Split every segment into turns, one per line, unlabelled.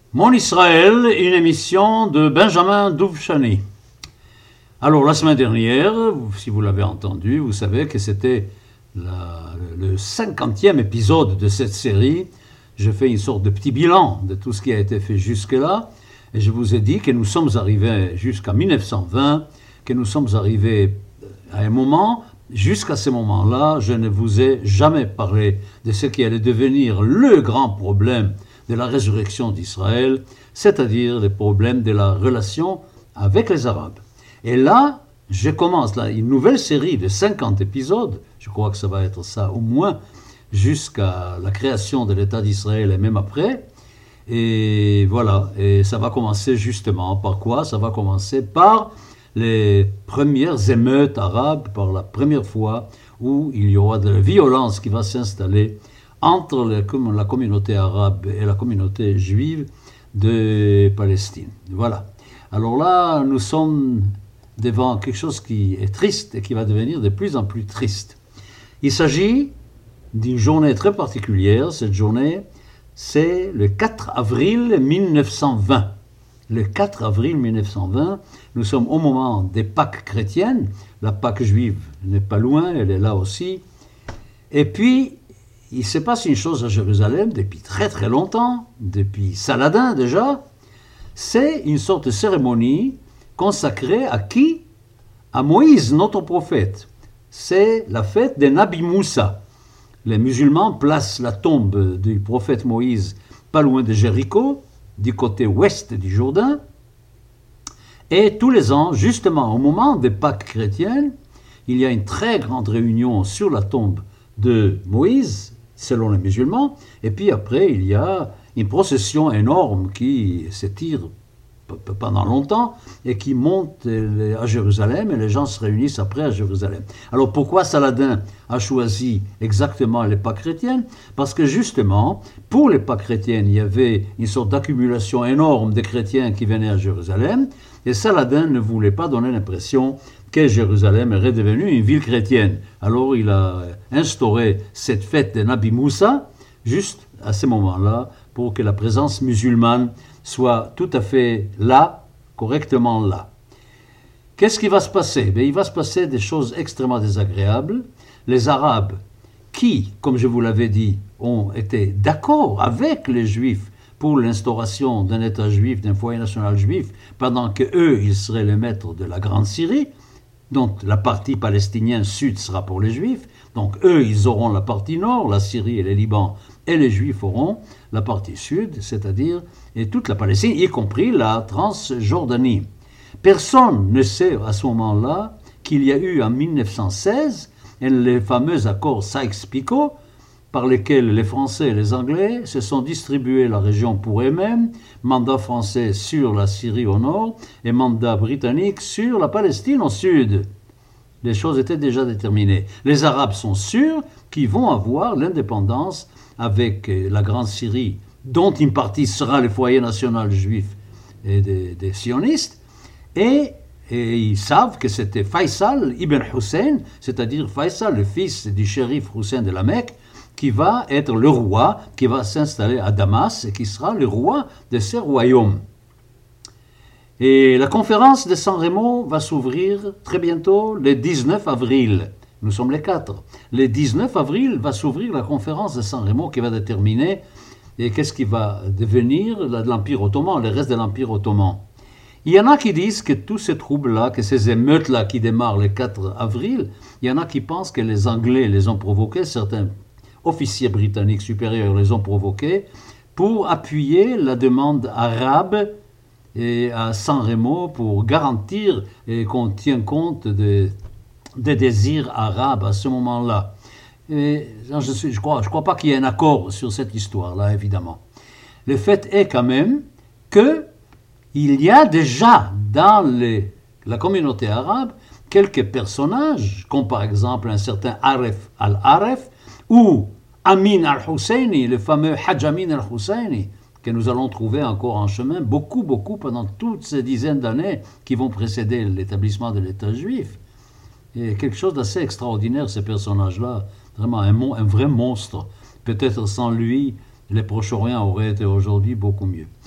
Mon Israël, une émission de Benjamin Douvchani. Alors la semaine dernière, si vous l'avez entendu, vous savez que c'était le 50e épisode de cette série. Je fais une sorte de petit bilan de tout ce qui a été fait jusque-là. Et je vous ai dit que nous sommes arrivés jusqu'à 1920, que nous sommes arrivés à un moment. Jusqu'à ce moment-là, je ne vous ai jamais parlé de ce qui allait devenir le grand problème de la résurrection d'Israël, c'est-à-dire le problème de la relation avec les Arabes. Et là, je commence une nouvelle série de 50 épisodes, je crois que ça va être ça au moins, jusqu'à la création de l'État d'Israël et même après. Et voilà, et ça va commencer justement par quoi? Ça va commencer par les premières émeutes arabes, par la première fois où il y aura de la violence qui va s'installer entre la communauté arabe et la communauté juive de Palestine. Voilà. Alors là, nous sommes devant quelque chose qui est triste et qui va devenir de plus en plus triste. Il s'agit d'une journée très particulière. Cette journée, c'est le 4 avril 1920. Le 4 avril 1920, nous sommes au moment des Pâques chrétiennes. La Pâque juive n'est pas loin, elle est là aussi. Et puis, il se passe une chose à Jérusalem depuis très très longtemps, depuis Saladin déjà. C'est une sorte de cérémonie consacrée à qui? À Moïse, notre prophète. C'est la fête des Nabi Moussa. Les musulmans placent la tombe du prophète Moïse pas loin de Jéricho, du côté ouest du Jourdain. Et tous les ans, justement au moment des Pâques chrétiennes, il y a une très grande réunion sur la tombe de Moïse, selon les musulmans, et puis après il y a une procession énorme qui s'étire pendant longtemps et qui monte à Jérusalem, et les gens se réunissent après à Jérusalem. Alors pourquoi Saladin a choisi exactement les Pâques chrétiennes? Parce que justement, pour les Pâques chrétiennes, il y avait une sorte d'accumulation énorme de chrétiens qui venaient à Jérusalem, et Saladin ne voulait pas donner l'impression que Jérusalem est redevenue une ville chrétienne. Alors il a instauré cette fête de Nabi Moussa, juste à ce moment-là, pour que la présence musulmane soit tout à fait là, correctement là. Qu'est-ce qui va se passer? Il va se passer des choses extrêmement désagréables. Les Arabes, qui, comme je vous l'avais dit, ont été d'accord avec les Juifs pour l'instauration d'un État juif, d'un foyer national juif, pendant qu'eux, ils seraient les maîtres de la Grande Syrie, donc la partie palestinienne sud sera pour les Juifs, donc eux, ils auront la partie nord, la Syrie et le Liban, et les Juifs auront la partie sud, c'est-à-dire et toute la Palestine, y compris la Transjordanie. Personne ne sait à ce moment-là qu'il y a eu en 1916 les fameux accords Sykes-Picot, par lesquels les Français et les Anglais se sont distribués la région pour eux-mêmes, mandat français sur la Syrie au nord et mandat britannique sur la Palestine au sud. Les choses étaient déjà déterminées. Les Arabes sont sûrs qu'ils vont avoir l'indépendance avec la Grande Syrie, dont une partie sera le foyer national juif et des sionistes, et ils savent que c'était Faisal ibn Hussein, c'est-à-dire Faisal, le fils du shérif Hussein de la Mecque, qui va être le roi, qui va s'installer à Damas et qui sera le roi de ce royaume. Et la conférence de San Remo va s'ouvrir très bientôt, le 19 avril. Nous sommes les 4. Le 19 avril va s'ouvrir la conférence de San Remo qui va déterminer qu'est-ce qui va devenir l'Empire ottoman, le reste de l'Empire ottoman. Il y en a qui disent que tous ces troubles-là, que ces émeutes-là qui démarrent le 4 avril, il y en a qui pensent que les Anglais les ont provoqués, certains officiers britanniques supérieurs les ont provoqués, pour appuyer la demande arabe et à San Remo pour garantir qu'on tient compte des désirs arabes à ce moment-là. Et je crois pas qu'il y ait un accord sur cette histoire-là, évidemment. Le fait est quand même qu'il y a déjà dans la communauté arabe quelques personnages, comme par exemple un certain Aref al-Aref, ou Amin al-Husseini, le fameux Hajj Amin al-Husseini, que nous allons trouver encore en chemin, beaucoup pendant toutes ces dizaines d'années qui vont précéder l'établissement de l'État juif. Et quelque chose d'assez extraordinaire, ces personnages-là, vraiment un vrai monstre. Peut-être sans lui, le Proche-Orient aurait été aujourd'hui beaucoup mieux.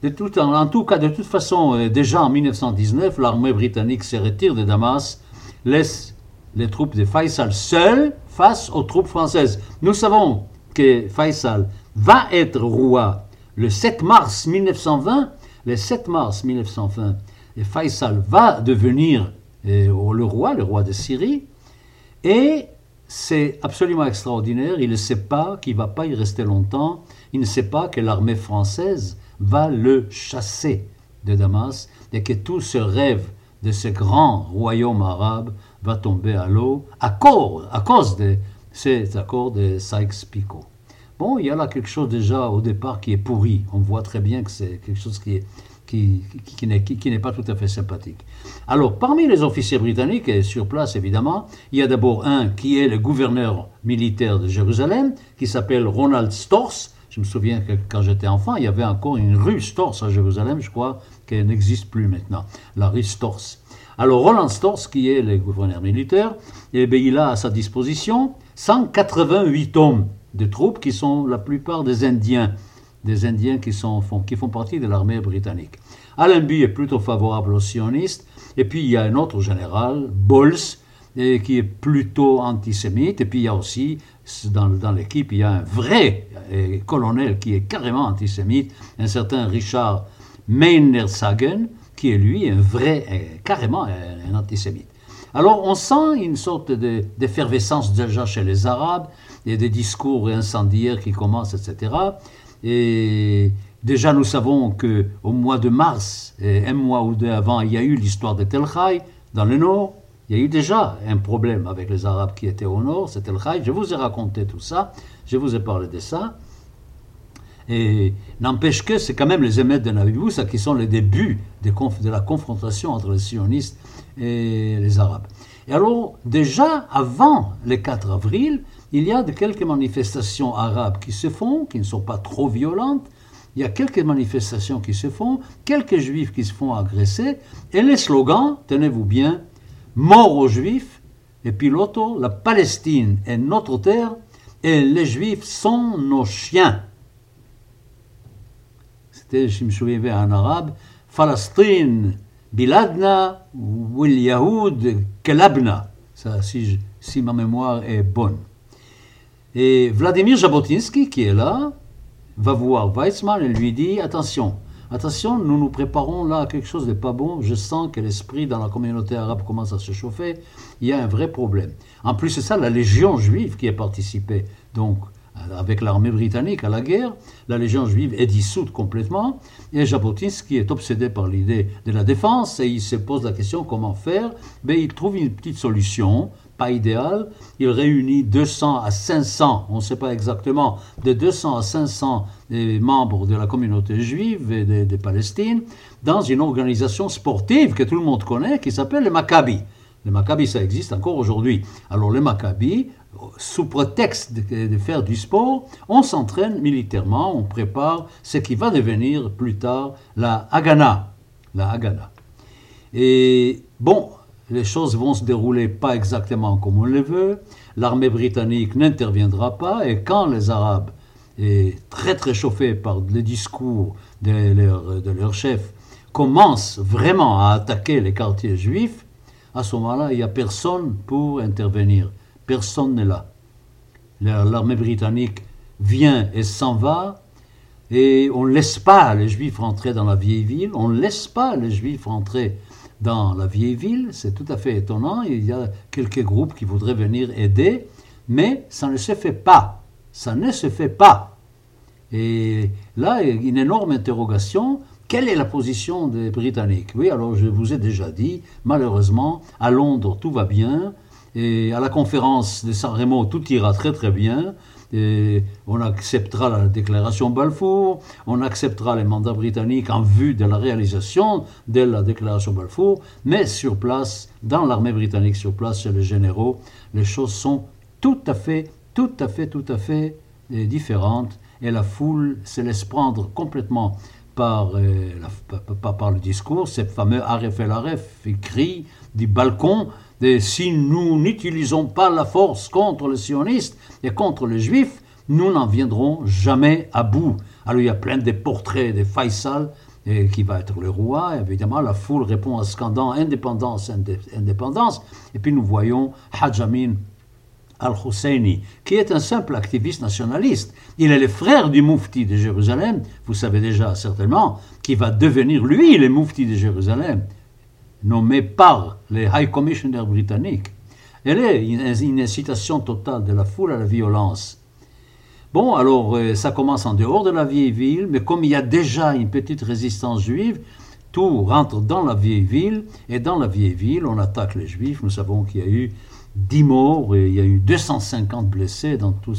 En tout cas, de toute façon, déjà en 1919, l'armée britannique se retire de Damas, laisse les troupes de Faisal seules face aux troupes françaises. Nous savons que Faisal va être roi le 7 mars 1920. Le 7 mars 1920, et Faisal va devenir le roi de Syrie. Et c'est absolument extraordinaire. Il ne sait pas qu'il ne va pas y rester longtemps. Il ne sait pas que l'armée française va le chasser de Damas et que tout ce rêve de ce grand royaume arabe va tomber à l'eau à cause de cet accord de Sykes-Picot. Bon, il y a là quelque chose déjà au départ qui est pourri. On voit très bien que c'est quelque chose qui n'est pas tout à fait sympathique. Alors, parmi les officiers britanniques, et sur place évidemment, il y a d'abord un qui est le gouverneur militaire de Jérusalem, qui s'appelle Ronald Storrs. Je me souviens que quand j'étais enfant, il y avait encore une rue Storrs à Jérusalem, je crois qu'elle n'existe plus maintenant, la rue Storrs. Alors, Ronald Storrs, qui est le gouverneur militaire, eh bien, il a à sa disposition 188 hommes de troupes qui sont la plupart des Indiens qui font partie de l'armée britannique. Allenby est plutôt favorable aux sionistes, et puis il y a un autre général, Bowles, qui est plutôt antisémite, et puis il y a aussi, dans l'équipe, il y a un vrai colonel qui est carrément antisémite, un certain Richard Meinersagen, qui est lui carrément un antisémite. Alors on sent une sorte d'effervescence déjà chez les Arabes, et des discours incendiaires qui commencent, etc. Et déjà nous savons qu'au mois de mars, un mois ou deux avant, il y a eu l'histoire de Tel Haï dans le nord. Il y a eu déjà un problème avec les Arabes qui étaient au nord, c'est Tel Haï. Je vous ai raconté tout ça, je vous ai parlé de ça. Et n'empêche que c'est quand même les émeutes de Nabi-Moussa qui sont les débuts de la confrontation entre les sionistes et les Arabes. Et alors, déjà avant le 4 avril, il y a quelques manifestations arabes qui se font, qui ne sont pas trop violentes. Il y a quelques manifestations qui se font, quelques juifs qui se font agresser, et les slogans, tenez-vous bien, mort aux juifs, et puis l'autre, la Palestine est notre terre, et les juifs sont nos chiens. C'était, je me souviens en arabe, Palestine biladna, ou Yahoud kelabna. Ça, si ma mémoire est bonne. Et Vladimir Jabotinsky, qui est là, va voir Weizmann et lui dit « Attention, nous nous préparons là à quelque chose de pas bon. Je sens que l'esprit dans la communauté arabe commence à se chauffer. Il y a un vrai problème. » En plus de ça, la légion juive qui a participé donc avec l'armée britannique à la guerre, la légion juive est dissoute complètement. Et Jabotinsky est obsédé par l'idée de la défense et il se pose la question comment faire. Mais il trouve une petite solution. Pas idéal, il réunit 200 à 500, on ne sait pas exactement, de 200 à 500 membres de la communauté juive et de Palestine dans une organisation sportive que tout le monde connaît qui s'appelle les Maccabis. Les Maccabis, ça existe encore aujourd'hui. Alors les Maccabis, sous prétexte de faire du sport, on s'entraîne militairement, on prépare ce qui va devenir plus tard la Haganah. La Haganah. Et bon, les choses vont se dérouler pas exactement comme on le veut. L'armée britannique n'interviendra pas et quand les Arabes, très très chauffés par les discours de leur chef, commencent vraiment à attaquer les quartiers juifs, à ce moment-là, il n'y a personne pour intervenir. Personne n'est là. L'armée britannique vient et s'en va et on ne laisse pas les Juifs rentrer dans la vieille ville, on ne laisse pas les Juifs rentrer dans la vieille ville, c'est tout à fait étonnant, il y a quelques groupes qui voudraient venir aider, mais ça ne se fait pas. Ça ne se fait pas. Et là, il y a une énorme interrogation. Quelle est la position des Britanniques? Oui, alors je vous ai déjà dit, malheureusement, à Londres, tout va bien, et à la conférence de San Remo, tout ira très très bien. Et on acceptera la déclaration Balfour, on acceptera les mandats britanniques en vue de la réalisation de la déclaration Balfour, mais sur place, dans l'armée britannique sur place, chez les généraux, les choses sont tout à fait différentes et la foule se laisse prendre complètement par le discours, ces fameux Aref el Aref, cri du balcon, si nous n'utilisons pas la force contre les sionistes et contre les juifs, nous n'en viendrons jamais à bout. Alors il y a plein de portraits de Faisal et qui va être le roi. Évidemment, la foule répond en scandant indépendance, indépendance. Et puis nous voyons Hajj Amin al-Husseini, qui est un simple activiste nationaliste. Il est le frère du Moufti de Jérusalem, vous savez déjà certainement, qui va devenir, lui, le Moufti de Jérusalem, nommé par les High Commissioners britanniques. Elle est une incitation totale de la foule à la violence. Bon, alors, ça commence en dehors de la vieille ville, mais comme il y a déjà une petite résistance juive, tout rentre dans la vieille ville, et dans la vieille ville, on attaque les juifs. Nous savons qu'il y a eu 10 morts, et il y a eu 250 blessés dans tous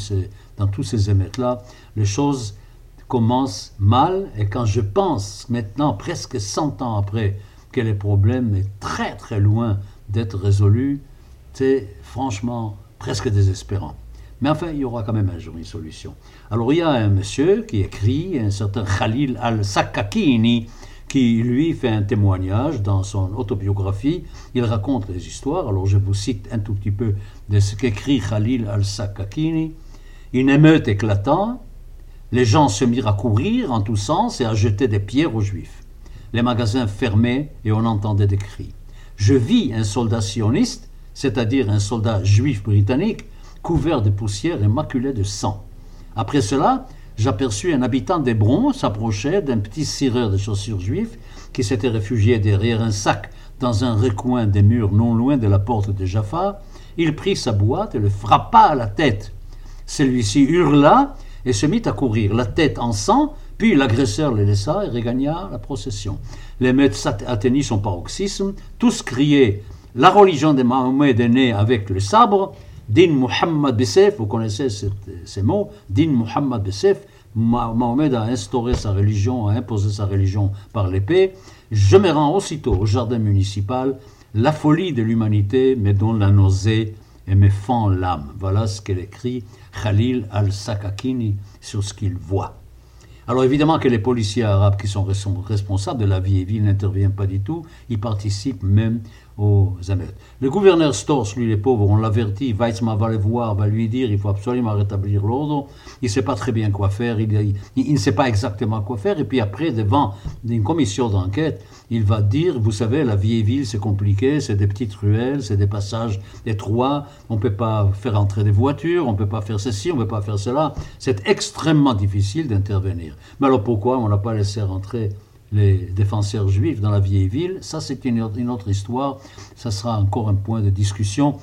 ces émeutes-là. Les choses commencent mal, et quand je pense maintenant, presque 100 ans après, que le problème est très très loin d'être résolu, c'est franchement presque désespérant. Mais enfin, il y aura quand même un jour une solution. Alors il y a un monsieur qui écrit, un certain Khalil al-Sakakini, qui lui fait un témoignage dans son autobiographie. Il raconte les histoires. Alors je vous cite un tout petit peu de ce qu'écrit Khalil al-Sakakini. Une émeute éclatant, les gens se mirent à courir en tous sens et à jeter des pierres aux Juifs. Les magasins fermés et on entendait des cris. Je vis un soldat sioniste, c'est-à-dire un soldat juif britannique, couvert de poussière et maculé de sang. Après cela, j'aperçus un habitant d'Hébron s'approcher d'un petit cireur de chaussures juifs qui s'était réfugié derrière un sac dans un recoin des murs non loin de la porte de Jaffa. Il prit sa boîte et le frappa à la tête. Celui-ci hurla et se mit à courir, la tête en sang, puis l'agresseur le laissa et regagna la procession. L'émeute atteignit son paroxysme, tous criaient « La religion de Mahomet est née avec le sabre », Din Muhammad Bessef, vous connaissez ces mots, Din Muhammad Bessef, Mahomet a instauré sa religion, a imposé sa religion par l'épée. Je me rends aussitôt au jardin municipal, la folie de l'humanité me donne la nausée et me fend l'âme. Voilà ce qu'elle écrit Khalil al-Sakakini sur ce qu'il voit. Alors évidemment que les policiers arabes qui sont responsables de la vieille ville n'interviennent pas du tout, ils participent même aux émeutes. Le gouverneur Storch, lui, les pauvres, on l'avertit, Weizmann va le voir, va lui dire, il faut absolument rétablir l'ordre. Il ne sait pas très bien quoi faire, il ne sait pas exactement quoi faire, et puis après, devant une commission d'enquête, il va dire, vous savez, la vieille ville, c'est compliqué, c'est des petites ruelles, c'est des passages étroits, on ne peut pas faire entrer des voitures, on ne peut pas faire ceci, on ne peut pas faire cela. C'est extrêmement difficile d'intervenir. Mais alors pourquoi on n'a pas laissé rentrer les défenseurs juifs dans la vieille ville? Ça, c'est une autre histoire. Ça sera encore un point de discussion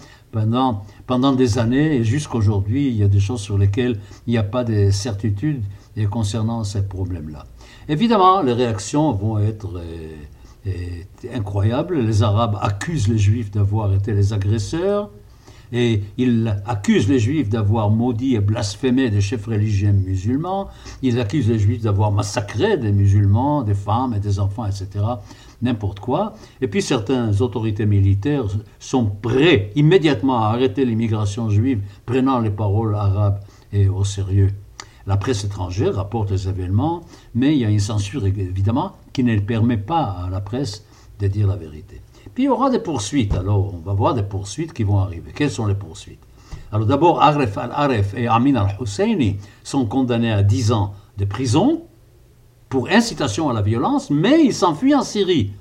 pendant des années. Et jusqu'aujourd'hui, il y a des choses sur lesquelles il n'y a pas de certitude concernant ces problèmes-là. Évidemment, les réactions vont être incroyables. Les Arabes accusent les Juifs d'avoir été les agresseurs. Et ils accusent les Juifs d'avoir maudit et blasphémé des chefs religieux musulmans. Ils accusent les Juifs d'avoir massacré des musulmans, des femmes et des enfants, etc. N'importe quoi. Et puis certaines autorités militaires sont prêts immédiatement à arrêter l'immigration juive, prenant les paroles arabes au sérieux. La presse étrangère rapporte les événements, mais il y a une censure évidemment qui ne permet pas à la presse de dire la vérité. Puis il y aura des poursuites. Alors, on va voir des poursuites qui vont arriver. Quelles sont les poursuites? Alors d'abord, Aref al-Aref et Amin al-Husseini sont condamnés à 10 ans de prison pour incitation à la violence, mais ils s'enfuient en Syrie.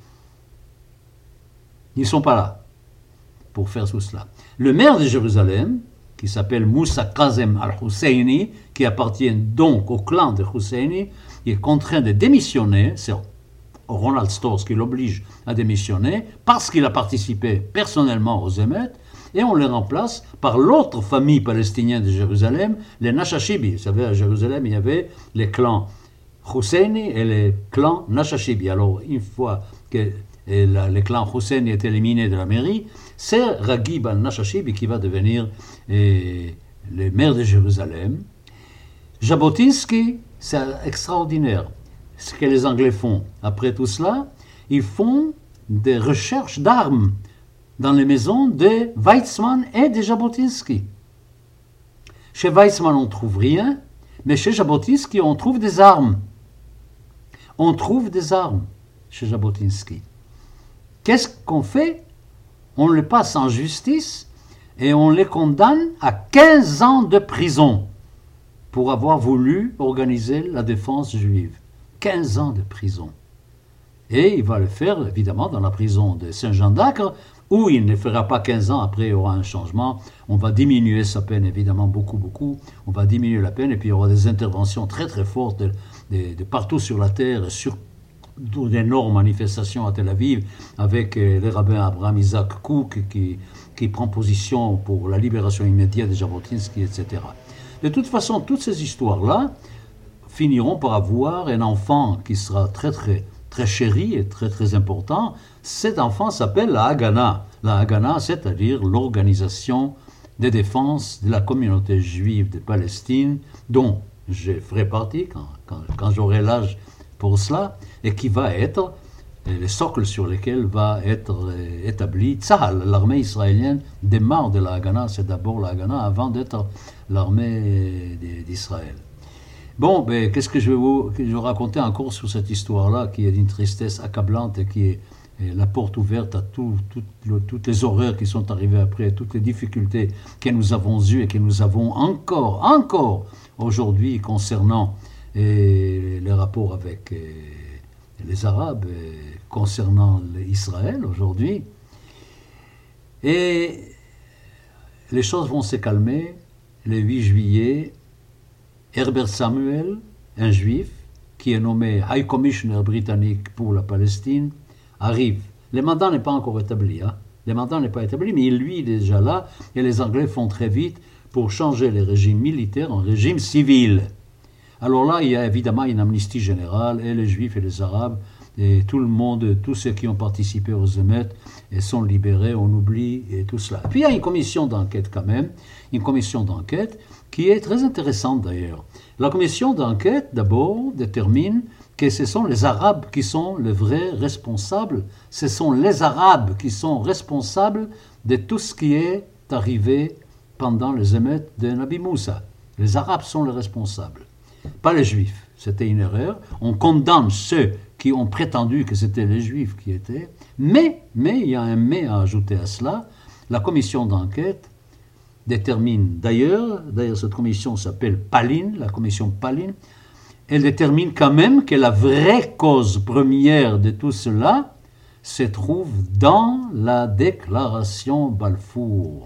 Ils ne sont pas là pour faire tout cela. Le maire de Jérusalem, qui s'appelle Moussa Kazem al-Husseini, qui appartient donc au clan de Husseini, il est contraint de démissionner. C'est Ronald Storch qui l'oblige à démissionner parce qu'il a participé personnellement aux émeutes, et on le remplace par l'autre famille palestinienne de Jérusalem, les Nashashibi. Vous savez, à Jérusalem, il y avait les clans Husseini et les clans Nashashibi. Alors, une fois que les clans Husseini est éliminé de la mairie, c'est Raghib al-Nashashibi qui va devenir le maire de Jérusalem. Jabotinsky, c'est extraordinaire. Ce que les Anglais font après tout cela, ils font des recherches d'armes dans les maisons de Weizmann et de Jabotinsky. Chez Weizmann, on ne trouve rien, mais chez Jabotinsky, on trouve des armes. On trouve des armes chez Jabotinsky. Qu'est-ce qu'on fait? On les passe en justice et on les condamne à 15 ans de prison pour avoir voulu organiser la défense juive. 15 ans de prison. Et il va le faire, évidemment, dans la prison de Saint-Jean d'Acre, où il ne fera pas 15 ans, après il y aura un changement. On va diminuer sa peine, évidemment, beaucoup. On va diminuer la peine, et puis il y aura des interventions très très fortes de partout sur la terre, sur d'énormes manifestations à Tel Aviv, avec les rabbins Abraham Isaac Kouk, qui prend position pour la libération immédiate de Jabotinsky, etc. De toute façon, toutes ces histoires-là finiront par avoir un enfant qui sera très très très chéri et très très important. Cet enfant s'appelle la Haganah. La Haganah, c'est-à-dire l'organisation de défense de la communauté juive de Palestine, dont je ferai partie quand j'aurai l'âge pour cela, et qui va être le socle sur lequel va être établi Tzahal. L'armée israélienne démarre de la Haganah, c'est d'abord la Haganah avant d'être l'armée d'Israël. Bon, ben, qu'est-ce que je vais vous raconter encore sur cette histoire-là, qui est d'une tristesse accablante et qui est la porte ouverte à toutes les horreurs qui sont arrivées après, toutes les difficultés que nous avons eues et que nous avons encore aujourd'hui concernant les rapports avec les Arabes, concernant Israël aujourd'hui. Et les choses vont se calmer le 8 juillet. Herbert Samuel, un juif, qui est nommé High Commissioner britannique pour la Palestine, arrive. Le mandat n'est pas encore établi. Le mandat n'est pas établi, mais lui, il est déjà là, et les Anglais font très vite pour changer les régimes militaires en régime civil. Alors là, il y a évidemment une amnistie générale, et les Juifs et les Arabes, et tout le monde, tous ceux qui ont participé aux émeutes, sont libérés, on oublie, et tout cela. Puis il y a une commission d'enquête quand même, une commission d'enquête qui est très intéressante d'ailleurs. La commission d'enquête, d'abord, détermine que ce sont les Arabes qui sont les vrais responsables, ce sont les Arabes qui sont responsables de tout ce qui est arrivé pendant les émeutes de Nabi Moussa. Les Arabes sont les responsables, pas les Juifs. C'était une erreur. On condamne ceux qui ont prétendu que c'était les Juifs qui étaient. Mais il y a un mais à ajouter à cela. La commission d'enquête détermine, d'ailleurs cette commission s'appelle Palin, la commission Palin, elle détermine quand même que la vraie cause première de tout cela se trouve dans la déclaration Balfour.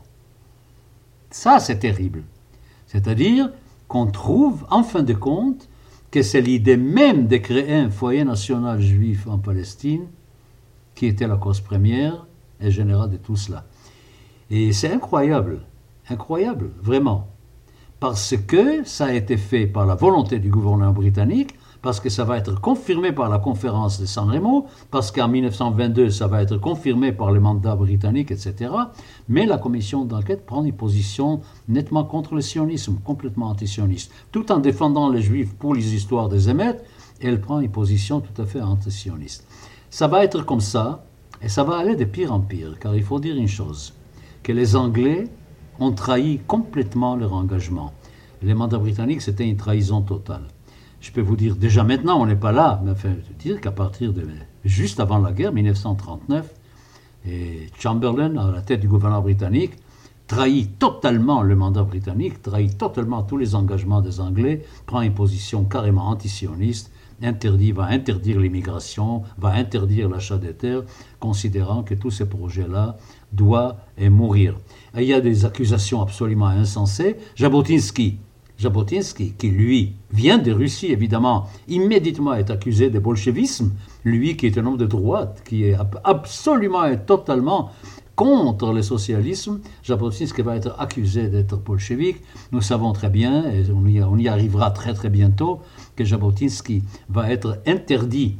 Ça, c'est terrible. C'est-à-dire qu'on trouve, en fin de compte, que c'est l'idée même de créer un foyer national juif en Palestine qui était la cause première et générale de tout cela. Et c'est incroyable, vraiment, parce que ça a été fait par la volonté du gouvernement britannique, parce que ça va être confirmé par la conférence de San Remo, parce qu'en 1922, ça va être confirmé par les mandats britanniques, etc. Mais la commission d'enquête prend une position nettement contre le sionisme, complètement antisioniste. Tout en défendant les Juifs pour les histoires des émeutes, elle prend une position tout à fait antisioniste. Ça va être comme ça, et ça va aller de pire en pire, car il faut dire une chose, que les Anglais ont trahi complètement leur engagement. Les mandats britanniques, c'était une trahison totale. Je peux vous dire, déjà maintenant, on n'est pas là, mais enfin, je veux dire qu'à partir de juste avant la guerre, 1939, et Chamberlain, à la tête du gouvernement britannique, trahit totalement le mandat britannique, trahit totalement tous les engagements des Anglais, prend une position carrément antisioniste, va interdire l'immigration, va interdire l'achat des terres, considérant que tous ces projets-là doivent mourir. Et il y a des accusations absolument insensées. Jabotinsky, qui lui vient de Russie, évidemment, immédiatement est accusé de bolchevisme, lui qui est un homme de droite, qui est absolument et totalement contre le socialisme. Jabotinsky va être accusé d'être bolchevique. Nous savons très bien, et on y arrivera très très bientôt, que Jabotinsky va être interdit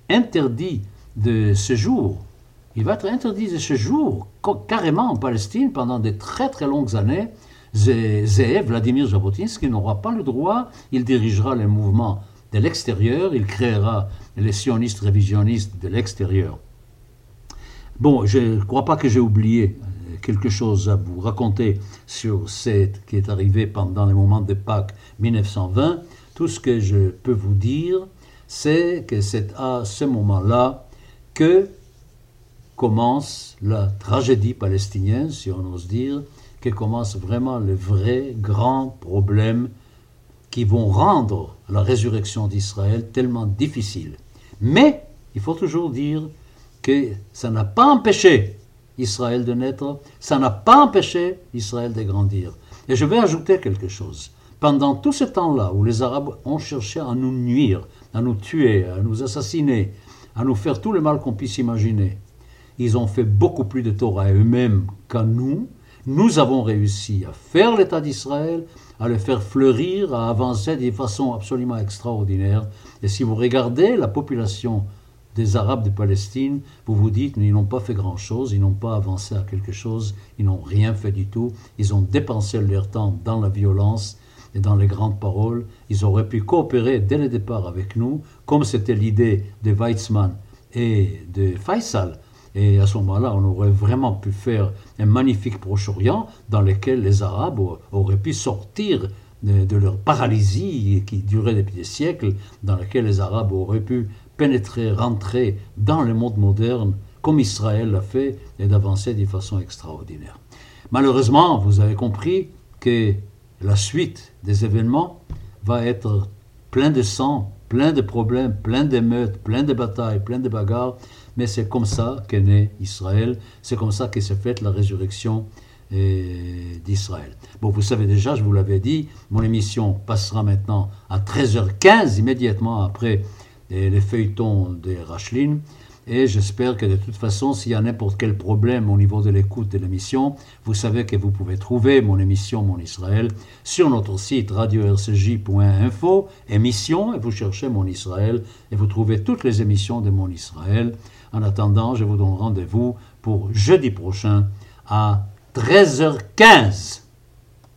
de séjour. Il va être interdit de séjour carrément en Palestine pendant de très très longues années. Vladimir Jabotinsky n'aura pas le droit, il dirigera les mouvements de l'extérieur, il créera les sionistes révisionnistes de l'extérieur. Bon, je ne crois pas que j'ai oublié quelque chose à vous raconter sur ce qui est arrivé pendant les moments de Pâques 1920. Tout ce que je peux vous dire, c'est que c'est à ce moment-là que commence la tragédie palestinienne, si on ose dire, que commencent vraiment les vrais grands problèmes qui vont rendre la résurrection d'Israël tellement difficile. Mais il faut toujours dire que ça n'a pas empêché Israël de naître, ça n'a pas empêché Israël de grandir. Et je vais ajouter quelque chose. Pendant tout ce temps-là où les Arabes ont cherché à nous nuire, à nous tuer, à nous assassiner, à nous faire tout le mal qu'on puisse imaginer, ils ont fait beaucoup plus de tort à eux-mêmes qu'à nous. Nous avons réussi à faire l'État d'Israël, à le faire fleurir, à avancer de façon absolument extraordinaire. Et si vous regardez la population des Arabes de Palestine, vous vous dites, mais ils n'ont pas fait grand-chose, ils n'ont pas avancé à quelque chose, ils n'ont rien fait du tout, ils ont dépensé leur temps dans la violence et dans les grandes paroles. Ils auraient pu coopérer dès le départ avec nous, comme c'était l'idée de Weizmann et de Faisal. Et à ce moment-là, on aurait vraiment pu faire un magnifique Proche-Orient dans lequel les Arabes auraient pu sortir de leur paralysie qui durait depuis des siècles, dans lequel les Arabes auraient pu pénétrer, rentrer dans le monde moderne, comme Israël l'a fait, et d'avancer de façon extraordinaire. Malheureusement, vous avez compris que la suite des événements va être plein de sang, plein de problèmes, plein d'émeutes, plein de batailles, plein de bagarres, mais c'est comme ça qu'est né Israël, c'est comme ça que s'est faite la résurrection d'Israël. Bon, vous savez déjà, je vous l'avais dit, mon émission passera maintenant à 13h15, immédiatement après les feuilletons des Rachlin, et j'espère que de toute façon, s'il y a n'importe quel problème au niveau de l'écoute de l'émission, vous savez que vous pouvez trouver mon émission Mon Israël sur notre site radio-rcj.info, émission, et vous cherchez Mon Israël, et vous trouvez toutes les émissions de Mon Israël. En attendant, je vous donne rendez-vous pour jeudi prochain à 13h15.